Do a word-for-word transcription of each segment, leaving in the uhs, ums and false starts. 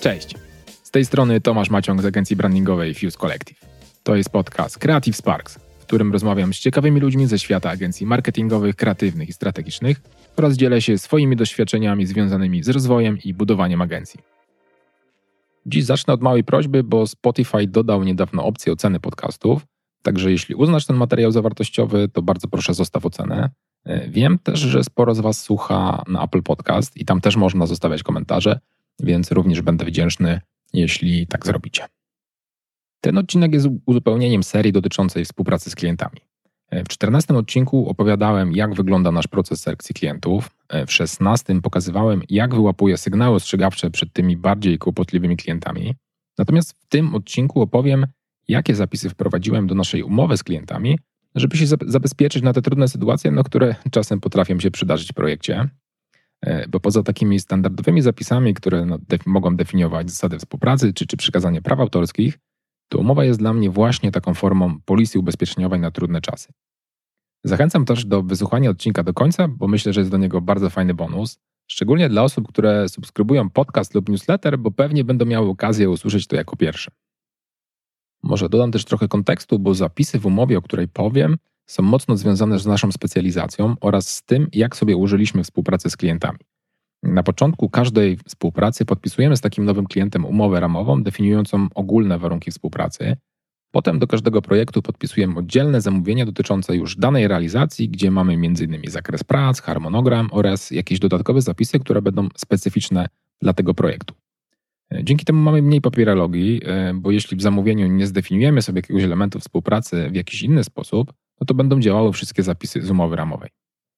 Cześć, z tej strony Tomasz Maciąg z agencji brandingowej Fuse Collective. To jest podcast Creative Sparks, w którym rozmawiam z ciekawymi ludźmi ze świata agencji marketingowych, kreatywnych i strategicznych oraz dzielę się swoimi doświadczeniami związanymi z rozwojem i budowaniem agencji. Dziś zacznę od małej prośby, bo Spotify dodał niedawno opcję oceny podcastów, także jeśli uznasz ten materiał za wartościowy, to bardzo proszę zostaw ocenę. Wiem też, że sporo z Was słucha na Apple Podcast i tam też można zostawiać komentarze, więc również będę wdzięczny, jeśli tak zrobicie. Ten odcinek jest uzupełnieniem serii dotyczącej współpracy z klientami. W czternastym odcinku opowiadałem, jak wygląda nasz proces selekcji klientów. W szesnastym pokazywałem, jak wyłapuję sygnały ostrzegawcze przed tymi bardziej kłopotliwymi klientami. Natomiast w tym odcinku opowiem, jakie zapisy wprowadziłem do naszej umowy z klientami, żeby się zabezpieczyć na te trudne sytuacje, no, które czasem potrafią się przydarzyć w projekcie. Bo poza takimi standardowymi zapisami, które no, def- mogą definiować zasady współpracy czy, czy przekazanie praw autorskich, to umowa jest dla mnie właśnie taką formą polisy ubezpieczeniowej na trudne czasy. Zachęcam też do wysłuchania odcinka do końca, bo myślę, że jest do niego bardzo fajny bonus, szczególnie dla osób, które subskrybują podcast lub newsletter, bo pewnie będą miały okazję usłyszeć to jako pierwsze. Może dodam też trochę kontekstu, bo zapisy w umowie, o której powiem, są mocno związane z naszą specjalizacją oraz z tym, jak sobie użyliśmy współpracy z klientami. Na początku każdej współpracy podpisujemy z takim nowym klientem umowę ramową definiującą ogólne warunki współpracy. Potem do każdego projektu podpisujemy oddzielne zamówienia dotyczące już danej realizacji, gdzie mamy m.in. zakres prac, harmonogram oraz jakieś dodatkowe zapisy, które będą specyficzne dla tego projektu. Dzięki temu mamy mniej papierologii, bo jeśli w zamówieniu nie zdefiniujemy sobie jakiegoś elementu współpracy w jakiś inny sposób, no to będą działały wszystkie zapisy z umowy ramowej.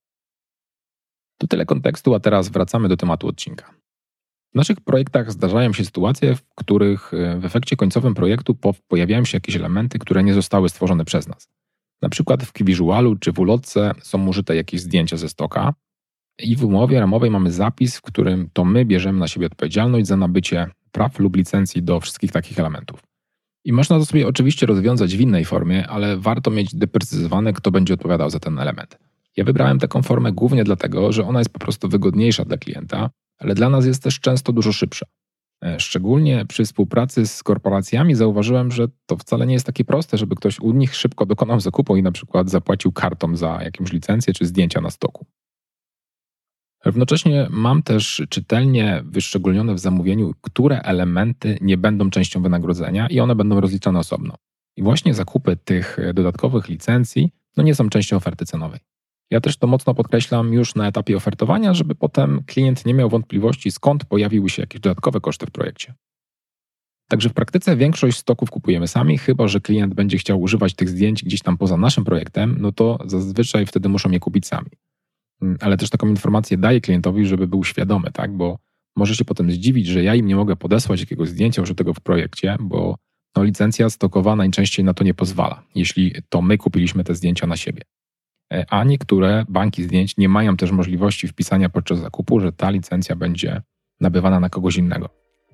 To tyle kontekstu, a teraz wracamy do tematu odcinka. W naszych projektach zdarzają się sytuacje, w których w efekcie końcowym projektu pojawiają się jakieś elementy, które nie zostały stworzone przez nas. Na przykład w Keyvisualu czy w ulotce są użyte jakieś zdjęcia ze stoka i w umowie ramowej mamy zapis, w którym to my bierzemy na siebie odpowiedzialność za nabycie praw lub licencji do wszystkich takich elementów. I można to sobie oczywiście rozwiązać w innej formie, ale warto mieć doprecyzowane, kto będzie odpowiadał za ten element. Ja wybrałem taką formę głównie dlatego, że ona jest po prostu wygodniejsza dla klienta, ale dla nas jest też często dużo szybsza. Szczególnie przy współpracy z korporacjami zauważyłem, że to wcale nie jest takie proste, żeby ktoś u nich szybko dokonał zakupu i na przykład zapłacił kartą za jakąś licencję czy zdjęcia na stoku. Równocześnie mam też czytelnie wyszczególnione w zamówieniu, które elementy nie będą częścią wynagrodzenia i one będą rozliczane osobno. I właśnie zakupy tych dodatkowych licencji no nie są częścią oferty cenowej. Ja też to mocno podkreślam już na etapie ofertowania, żeby potem klient nie miał wątpliwości, skąd pojawiły się jakieś dodatkowe koszty w projekcie. Także w praktyce większość stoków kupujemy sami, chyba że klient będzie chciał używać tych zdjęć gdzieś tam poza naszym projektem, no to zazwyczaj wtedy muszą je kupić sami. Ale też taką informację daję klientowi, żeby był świadomy, tak? Bo może się potem zdziwić, że ja im nie mogę podesłać jakiegoś zdjęcia użytego w projekcie, bo no, licencja stokowa najczęściej na to nie pozwala, jeśli to my kupiliśmy te zdjęcia na siebie. A niektóre banki zdjęć nie mają też możliwości wpisania podczas zakupu, że ta licencja będzie nabywana na kogoś innego.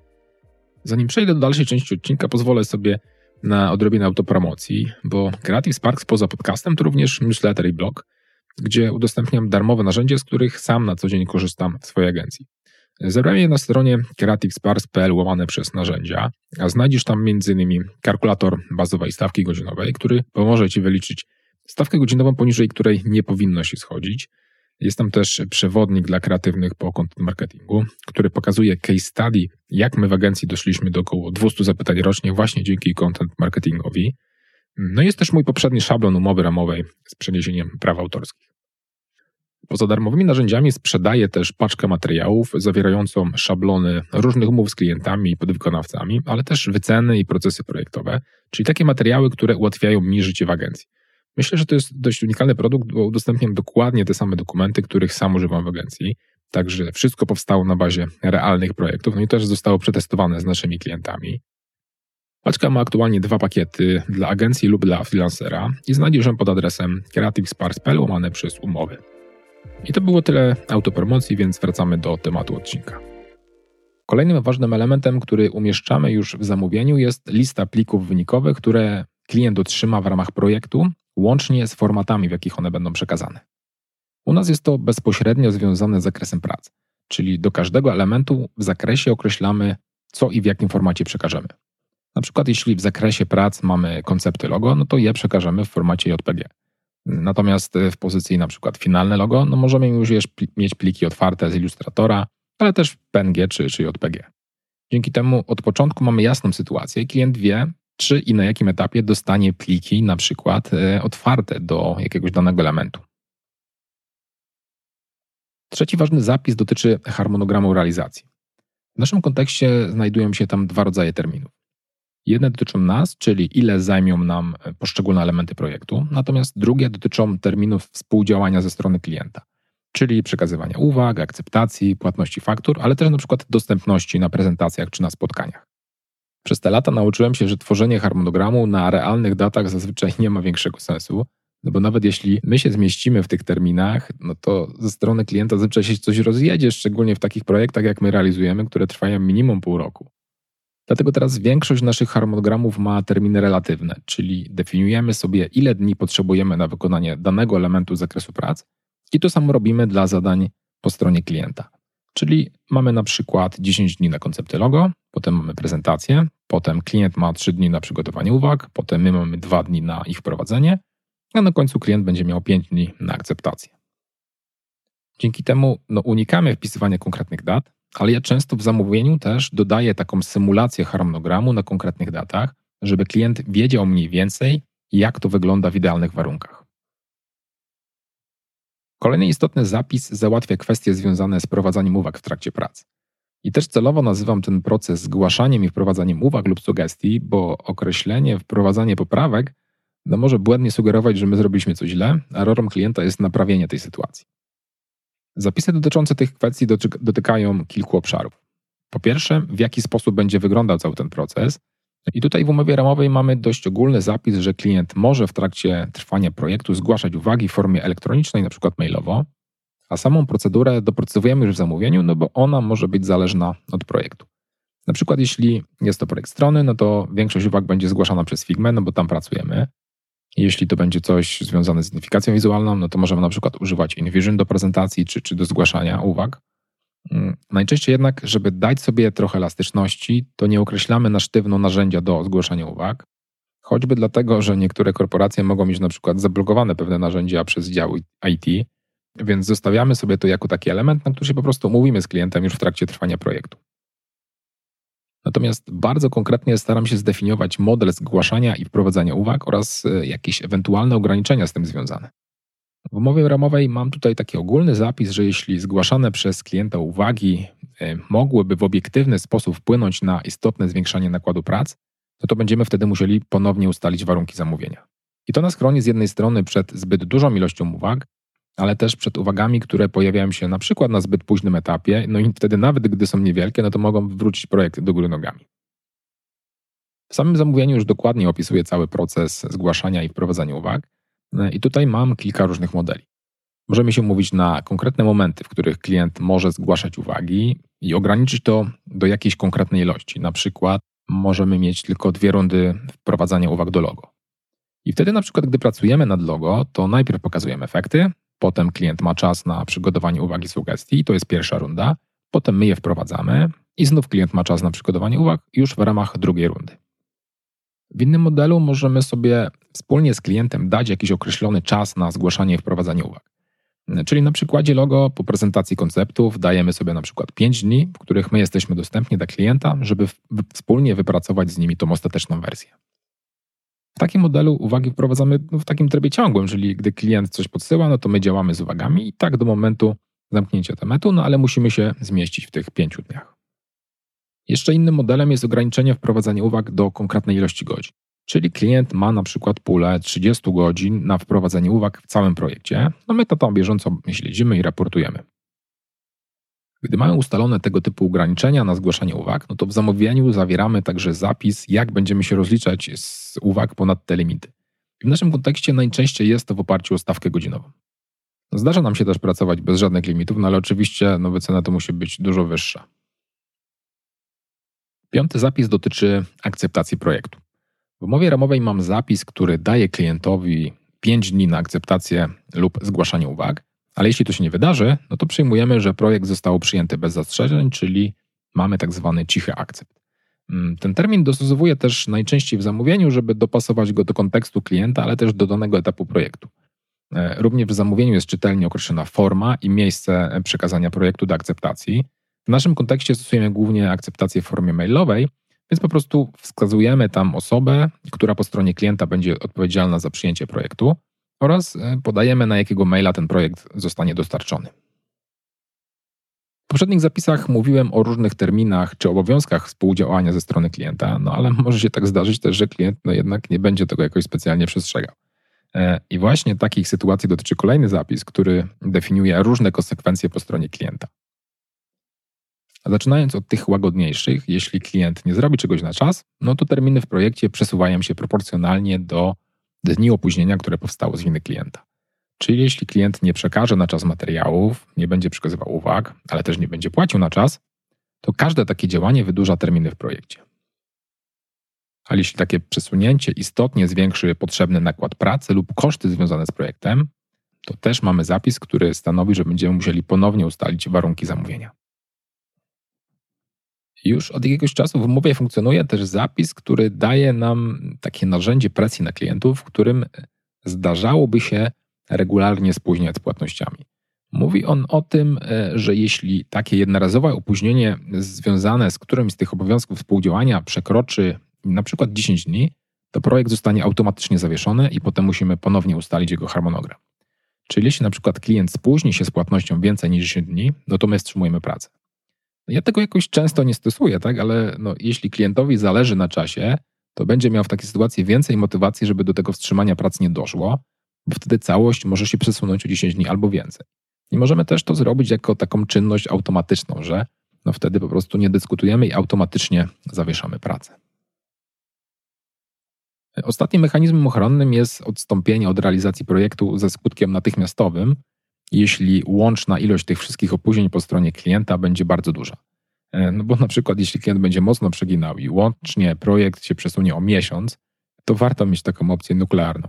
Zanim przejdę do dalszej części odcinka, pozwolę sobie na odrobinę autopromocji, bo Creative Sparks poza podcastem to również newsletter i blog, gdzie udostępniam darmowe narzędzia, z których sam na co dzień korzystam w swojej agencji. Zebrałem je na stronie creativesparks.pl łamane przez narzędzia, a znajdziesz tam m.in. kalkulator bazowej stawki godzinowej, który pomoże Ci wyliczyć stawkę godzinową, poniżej której nie powinno się schodzić. Jest tam też przewodnik dla kreatywnych po content marketingu, który pokazuje case study, jak my w agencji doszliśmy do około dwieście zapytań rocznie właśnie dzięki content marketingowi. No jest też mój poprzedni szablon umowy ramowej z przeniesieniem praw autorskich. Poza darmowymi narzędziami sprzedaję też paczkę materiałów zawierającą szablony różnych umów z klientami i podwykonawcami, ale też wyceny i procesy projektowe, czyli takie materiały, które ułatwiają mi życie w agencji. Myślę, że to jest dość unikalny produkt, bo udostępniam dokładnie te same dokumenty, których sam używam w agencji. Także wszystko powstało na bazie realnych projektów, no i też zostało przetestowane z naszymi klientami. Paczka ma aktualnie dwa pakiety dla agencji lub dla freelancera i znajdziesz ją pod adresem creativesparks.pl łamane przez umowy. I to było tyle autopromocji, więc wracamy do tematu odcinka. Kolejnym ważnym elementem, który umieszczamy już w zamówieniu, jest lista plików wynikowych, które klient otrzyma w ramach projektu, łącznie z formatami, w jakich one będą przekazane. U nas jest to bezpośrednio związane z zakresem prac, czyli do każdego elementu w zakresie określamy co i w jakim formacie przekażemy. Na przykład jeśli w zakresie prac mamy koncepty logo, no to je przekażemy w formacie J P G. Natomiast w pozycji na przykład finalne logo, no możemy już mieć pliki otwarte z Illustratora, ale też P N G czy, czy J P G. Dzięki temu od początku mamy jasną sytuację i klient wie, czy i na jakim etapie dostanie pliki na przykład otwarte do jakiegoś danego elementu. Trzeci ważny zapis dotyczy harmonogramu realizacji. W naszym kontekście znajdują się tam dwa rodzaje terminów. Jedne dotyczą nas, czyli ile zajmą nam poszczególne elementy projektu, natomiast drugie dotyczą terminów współdziałania ze strony klienta, czyli przekazywania uwag, akceptacji, płatności faktur, ale też na przykład dostępności na prezentacjach czy na spotkaniach. Przez te lata nauczyłem się, że tworzenie harmonogramu na realnych datach zazwyczaj nie ma większego sensu, no bo nawet jeśli my się zmieścimy w tych terminach, no to ze strony klienta zazwyczaj się coś rozjedzie, szczególnie w takich projektach, jak my realizujemy, które trwają minimum pół roku. Dlatego teraz większość naszych harmonogramów ma terminy relatywne, czyli definiujemy sobie, ile dni potrzebujemy na wykonanie danego elementu z zakresu prac i to samo robimy dla zadań po stronie klienta. Czyli mamy na przykład dziesięć dni na koncepty logo, potem mamy prezentację, potem klient ma trzy dni na przygotowanie uwag, potem my mamy dwa dni na ich wprowadzenie, a na końcu klient będzie miał pięć dni na akceptację. Dzięki temu no, unikamy wpisywania konkretnych dat, ale ja często w zamówieniu też dodaję taką symulację harmonogramu na konkretnych datach, żeby klient wiedział mniej więcej, jak to wygląda w idealnych warunkach. Kolejny istotny zapis załatwia kwestie związane z wprowadzaniem uwag w trakcie pracy. I też celowo nazywam ten proces zgłaszaniem i wprowadzaniem uwag lub sugestii, bo określenie wprowadzanie poprawek no może błędnie sugerować, że my zrobiliśmy coś źle, a rolą klienta jest naprawienie tej sytuacji. Zapisy dotyczące tych kwestii dotykają kilku obszarów. Po pierwsze, w jaki sposób będzie wyglądał cały ten proces. I tutaj w umowie ramowej mamy dość ogólny zapis, że klient może w trakcie trwania projektu zgłaszać uwagi w formie elektronicznej, na przykład mailowo, a samą procedurę doprecyzowujemy już w zamówieniu, no bo ona może być zależna od projektu. Na przykład jeśli jest to projekt strony, no to większość uwag będzie zgłaszana przez Figmę, no bo tam pracujemy. Jeśli to będzie coś związane z identyfikacją wizualną, no to możemy na przykład używać InVision do prezentacji czy, czy do zgłaszania uwag. Najczęściej jednak, żeby dać sobie trochę elastyczności, to nie określamy na sztywno narzędzia do zgłaszania uwag, choćby dlatego, że niektóre korporacje mogą mieć na przykład zablokowane pewne narzędzia przez dział I T, więc zostawiamy sobie to jako taki element, na który się po prostu umówimy z klientem już w trakcie trwania projektu. Natomiast bardzo konkretnie staram się zdefiniować model zgłaszania i wprowadzania uwag oraz jakieś ewentualne ograniczenia z tym związane. W umowie ramowej mam tutaj taki ogólny zapis, że jeśli zgłaszane przez klienta uwagi mogłyby w obiektywny sposób wpłynąć na istotne zwiększanie nakładu prac, to to będziemy wtedy musieli ponownie ustalić warunki zamówienia. I to nas chroni z jednej strony przed zbyt dużą ilością uwag, ale też przed uwagami, które pojawiają się na przykład na zbyt późnym etapie, no i wtedy nawet gdy są niewielkie, no to mogą wywrócić projekt do góry nogami. W samym zamówieniu już dokładnie opisuję cały proces zgłaszania i wprowadzania uwag i tutaj mam kilka różnych modeli. Możemy się umówić na konkretne momenty, w których klient może zgłaszać uwagi i ograniczyć to do jakiejś konkretnej ilości. Na przykład możemy mieć tylko dwie rundy wprowadzania uwag do logo. I wtedy na przykład, gdy pracujemy nad logo, to najpierw pokazujemy efekty, potem klient ma czas na przygotowanie uwagi i sugestii, to jest pierwsza runda, potem my je wprowadzamy i znów klient ma czas na przygotowanie uwag już w ramach drugiej rundy. W innym modelu możemy sobie wspólnie z klientem dać jakiś określony czas na zgłaszanie i wprowadzanie uwag. Czyli na przykładzie logo po prezentacji konceptów dajemy sobie na przykład pięć dni, w których my jesteśmy dostępni dla klienta, żeby w- wspólnie wypracować z nimi tą ostateczną wersję. W takim modelu uwagi wprowadzamy w takim trybie ciągłym, czyli gdy klient coś podsyła, no to my działamy z uwagami i tak do momentu zamknięcia tematu, no ale musimy się zmieścić w tych pięciu dniach. Jeszcze innym modelem jest ograniczenie wprowadzania uwag do konkretnej ilości godzin. Czyli klient ma na przykład pulę trzydzieści godzin na wprowadzenie uwag w całym projekcie, no my to tam bieżąco śledzimy i raportujemy. Gdy mamy ustalone tego typu ograniczenia na zgłaszanie uwag, no to w zamówieniu zawieramy także zapis, jak będziemy się rozliczać z uwag ponad te limity. W naszym kontekście najczęściej jest to w oparciu o stawkę godzinową. Zdarza nam się też pracować bez żadnych limitów, no ale oczywiście no, wycena to musi być dużo wyższa. Piąty zapis dotyczy akceptacji projektu. W umowie ramowej mam zapis, który daje klientowi pięć dni na akceptację lub zgłaszanie uwag, ale jeśli to się nie wydarzy, no to przyjmujemy, że projekt został przyjęty bez zastrzeżeń, czyli mamy tak zwany cichy akcept. Ten termin dostosowuję też najczęściej w zamówieniu, żeby dopasować go do kontekstu klienta, ale też do danego etapu projektu. Również w zamówieniu jest czytelnie określona forma i miejsce przekazania projektu do akceptacji. W naszym kontekście stosujemy głównie akceptację w formie mailowej, więc po prostu wskazujemy tam osobę, która po stronie klienta będzie odpowiedzialna za przyjęcie projektu oraz podajemy, na jakiego maila ten projekt zostanie dostarczony. W poprzednich zapisach mówiłem o różnych terminach czy obowiązkach współdziałania ze strony klienta, no ale może się tak zdarzyć też, że klient no jednak nie będzie tego jakoś specjalnie przestrzegał. I właśnie takich sytuacji dotyczy kolejny zapis, który definiuje różne konsekwencje po stronie klienta. A zaczynając od tych łagodniejszych, jeśli klient nie zrobi czegoś na czas, no to terminy w projekcie przesuwają się proporcjonalnie do dni opóźnienia, które powstało z winy klienta. Czyli jeśli klient nie przekaże na czas materiałów, nie będzie przekazywał uwag, ale też nie będzie płacił na czas, to każde takie działanie wydłuża terminy w projekcie. Ale jeśli takie przesunięcie istotnie zwiększy potrzebny nakład pracy lub koszty związane z projektem, to też mamy zapis, który stanowi, że będziemy musieli ponownie ustalić warunki zamówienia. Już od jakiegoś czasu w umowie funkcjonuje też zapis, który daje nam takie narzędzie presji na klientów, w którym zdarzałoby się regularnie spóźniać z płatnościami. Mówi on o tym, że jeśli takie jednorazowe opóźnienie związane z którymś z tych obowiązków współdziałania przekroczy na przykład dziesięć dni, to projekt zostanie automatycznie zawieszony i potem musimy ponownie ustalić jego harmonogram. Czyli jeśli na przykład klient spóźni się z płatnością więcej niż dziesięć dni, no to my wstrzymujemy pracę. Ja tego jakoś często nie stosuję, tak? Ale no, jeśli klientowi zależy na czasie, to będzie miał w takiej sytuacji więcej motywacji, żeby do tego wstrzymania pracy nie doszło, bo wtedy całość może się przesunąć o dziesięć dni albo więcej. I możemy też to zrobić jako taką czynność automatyczną, że no wtedy po prostu nie dyskutujemy i automatycznie zawieszamy pracę. Ostatnim mechanizmem ochronnym jest odstąpienie od realizacji projektu ze skutkiem natychmiastowym, jeśli łączna ilość tych wszystkich opóźnień po stronie klienta będzie bardzo duża. No bo na przykład jeśli klient będzie mocno przeginał i łącznie projekt się przesunie o miesiąc, to warto mieć taką opcję nuklearną.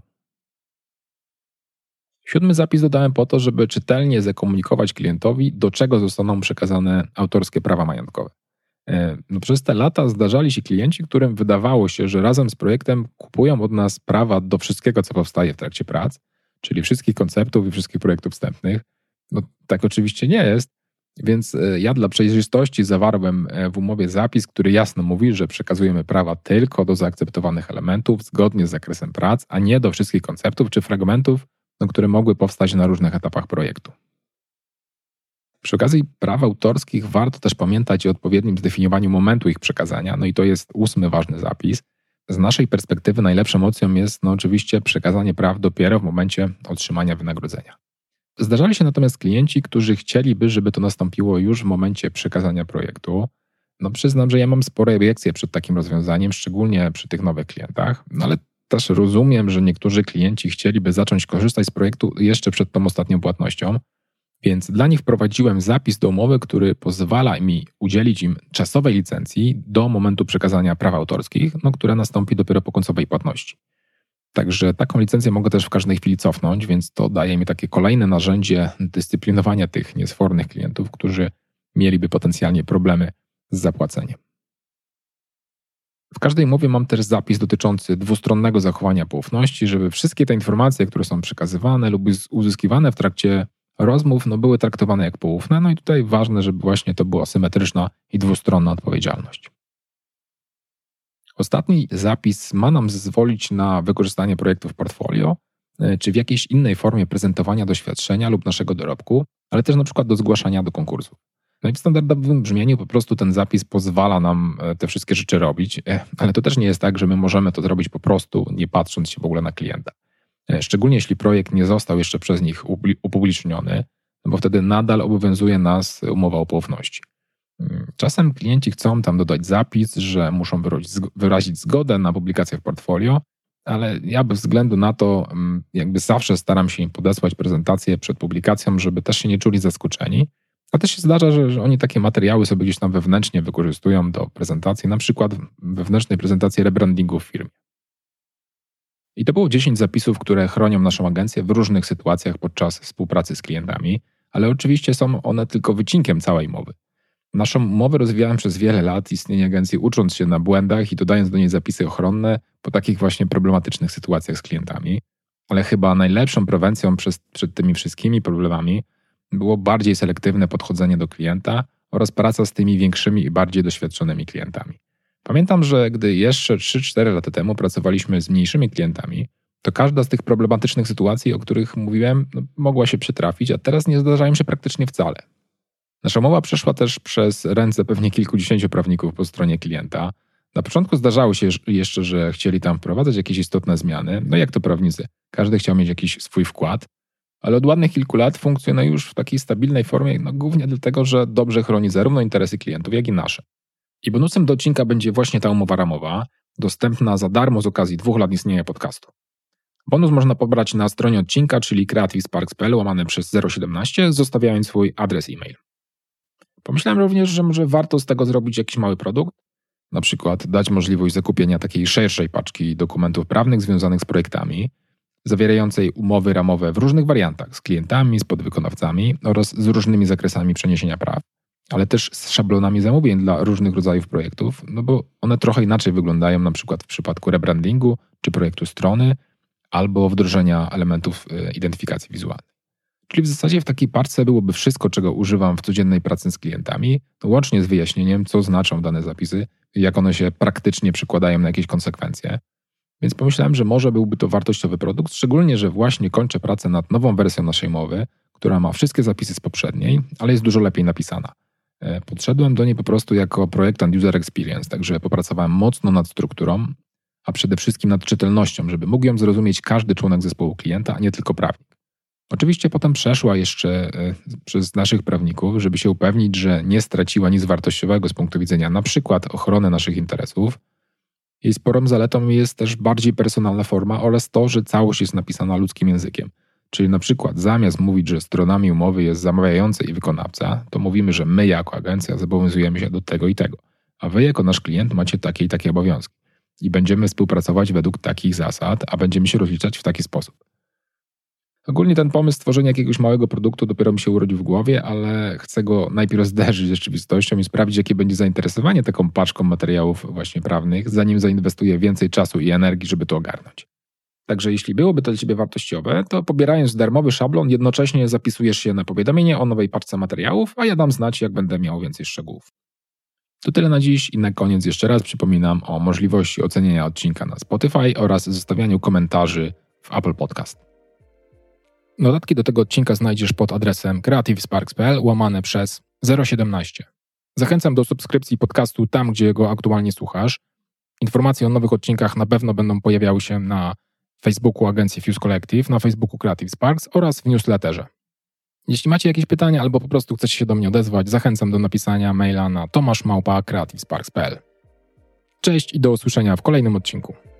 Siódmy zapis dodałem po to, żeby czytelnie zakomunikować klientowi, do czego zostaną przekazane autorskie prawa majątkowe. No przez te lata zdarzali się klienci, którym wydawało się, że razem z projektem kupują od nas prawa do wszystkiego, co powstaje w trakcie prac, czyli wszystkich konceptów i wszystkich projektów wstępnych. No tak oczywiście nie jest, więc ja dla przejrzystości zawarłem w umowie zapis, który jasno mówi, że przekazujemy prawa tylko do zaakceptowanych elementów zgodnie z zakresem prac, a nie do wszystkich konceptów czy fragmentów, no, które mogły powstać na różnych etapach projektu. Przy okazji praw autorskich warto też pamiętać o odpowiednim zdefiniowaniu momentu ich przekazania, no i to jest ósmy ważny zapis. Z naszej perspektywy najlepszą opcją jest no oczywiście przekazanie praw dopiero w momencie otrzymania wynagrodzenia. Zdarzali się natomiast klienci, którzy chcieliby, żeby to nastąpiło już w momencie przekazania projektu. No przyznam, że ja mam spore obiekcje przed takim rozwiązaniem, szczególnie przy tych nowych klientach, no ale też rozumiem, że niektórzy klienci chcieliby zacząć korzystać z projektu jeszcze przed tą ostatnią płatnością, więc dla nich wprowadziłem zapis do umowy, który pozwala mi udzielić im czasowej licencji do momentu przekazania praw autorskich, no, która nastąpi dopiero po końcowej płatności. Także taką licencję mogę też w każdej chwili cofnąć, więc to daje mi takie kolejne narzędzie dyscyplinowania tych niesfornych klientów, którzy mieliby potencjalnie problemy z zapłaceniem. W każdej umowie mam też zapis dotyczący dwustronnego zachowania poufności, żeby wszystkie te informacje, które są przekazywane lub uzyskiwane w trakcie rozmów, no, były traktowane jak poufne. No i tutaj ważne, żeby właśnie to była symetryczna i dwustronna odpowiedzialność. Ostatni zapis ma nam zezwolić na wykorzystanie projektu w portfolio, czy w jakiejś innej formie prezentowania doświadczenia lub naszego dorobku, ale też na przykład do zgłaszania do konkursów. No i w standardowym brzmieniu po prostu ten zapis pozwala nam te wszystkie rzeczy robić, ale to też nie jest tak, że my możemy to zrobić po prostu, nie patrząc się w ogóle na klienta. Szczególnie jeśli projekt nie został jeszcze przez nich upubliczniony, no bo wtedy nadal obowiązuje nas umowa o poufności. Czasem klienci chcą tam dodać zapis, że muszą wyrazić zgodę na publikację w portfolio, ale ja bez względu na to jakby zawsze staram się im podesłać prezentację przed publikacją, żeby też się nie czuli zaskoczeni. A też się zdarza, że, że oni takie materiały sobie gdzieś tam wewnętrznie wykorzystują do prezentacji, na przykład wewnętrznej prezentacji rebrandingu w firmie. I to było dziesięć zapisów, które chronią naszą agencję w różnych sytuacjach podczas współpracy z klientami, ale oczywiście są one tylko wycinkiem całej mowy. Naszą umowę rozwijałem przez wiele lat istnienia agencji, ucząc się na błędach i dodając do niej zapisy ochronne po takich właśnie problematycznych sytuacjach z klientami. Ale chyba najlepszą prewencją przez, przed tymi wszystkimi problemami było bardziej selektywne podchodzenie do klienta oraz praca z tymi większymi i bardziej doświadczonymi klientami. Pamiętam, że gdy jeszcze trzy cztery lata temu pracowaliśmy z mniejszymi klientami, to każda z tych problematycznych sytuacji, o których mówiłem, no, mogła się przytrafić, a teraz nie zdarzają się praktycznie wcale. Nasza umowa przeszła też przez ręce pewnie kilkudziesięciu prawników po stronie klienta. Na początku zdarzało się jeszcze, że chcieli tam wprowadzać jakieś istotne zmiany, no jak to prawnicy, każdy chciał mieć jakiś swój wkład, ale od ładnych kilku lat funkcjonuje już w takiej stabilnej formie, no głównie dlatego, że dobrze chroni zarówno interesy klientów, jak i nasze. I bonusem do odcinka będzie właśnie ta umowa ramowa, dostępna za darmo z okazji dwóch lat istnienia podcastu. Bonus można pobrać na stronie odcinka, czyli creativesparks kropka p l łamane przez zero siedemnaście, zostawiając swój adres e-mail. Pomyślałem również, że może warto z tego zrobić jakiś mały produkt, na przykład dać możliwość zakupienia takiej szerszej paczki dokumentów prawnych związanych z projektami, zawierającej umowy ramowe w różnych wariantach z klientami, z podwykonawcami oraz z różnymi zakresami przeniesienia praw, ale też z szablonami zamówień dla różnych rodzajów projektów, no bo one trochę inaczej wyglądają na przykład w przypadku rebrandingu czy projektu strony albo wdrożenia elementów identyfikacji wizualnej. Czyli w zasadzie w takiej parce byłoby wszystko, czego używam w codziennej pracy z klientami, łącznie z wyjaśnieniem, co znaczą dane zapisy i jak one się praktycznie przekładają na jakieś konsekwencje. Więc pomyślałem, że może byłby to wartościowy produkt, szczególnie, że właśnie kończę pracę nad nową wersją naszej umowy, która ma wszystkie zapisy z poprzedniej, ale jest dużo lepiej napisana. Podszedłem do niej po prostu jako projektant user experience, także popracowałem mocno nad strukturą, a przede wszystkim nad czytelnością, żeby mógł ją zrozumieć każdy członek zespołu klienta, a nie tylko prawnik. Oczywiście potem przeszła jeszcze przez naszych prawników, żeby się upewnić, że nie straciła nic wartościowego z punktu widzenia na przykład ochrony naszych interesów. Jej sporą zaletą jest też bardziej personalna forma oraz to, że całość jest napisana ludzkim językiem. Czyli na przykład zamiast mówić, że stronami umowy jest zamawiający i wykonawca, to mówimy, że my jako agencja zobowiązujemy się do tego i tego, a wy jako nasz klient macie takie i takie obowiązki. I będziemy współpracować według takich zasad, a będziemy się rozliczać w taki sposób. Ogólnie ten pomysł stworzenia jakiegoś małego produktu dopiero mi się urodził w głowie, ale chcę go najpierw zderzyć z rzeczywistością i sprawdzić, jakie będzie zainteresowanie taką paczką materiałów właśnie prawnych, zanim zainwestuję więcej czasu i energii, żeby to ogarnąć. Także jeśli byłoby to dla Ciebie wartościowe, to pobierając darmowy szablon, jednocześnie zapisujesz się na powiadomienie o nowej paczce materiałów, a ja dam znać, jak będę miał więcej szczegółów. To tyle na dziś i na koniec jeszcze raz przypominam o możliwości ocenienia odcinka na Spotify oraz zostawianiu komentarzy w Apple Podcast. Dodatki do tego odcinka znajdziesz pod adresem creativesparks kropka p l łamane przez zero siedemnaście. Zachęcam do subskrypcji podcastu tam, gdzie go aktualnie słuchasz. Informacje o nowych odcinkach na pewno będą pojawiały się na Facebooku agencji Fuse Collective, na Facebooku Creative Sparks oraz w newsletterze. Jeśli macie jakieś pytania albo po prostu chcecie się do mnie odezwać, zachęcam do napisania maila na tomasz małpa creativesparks kropka p l. Cześć i do usłyszenia w kolejnym odcinku.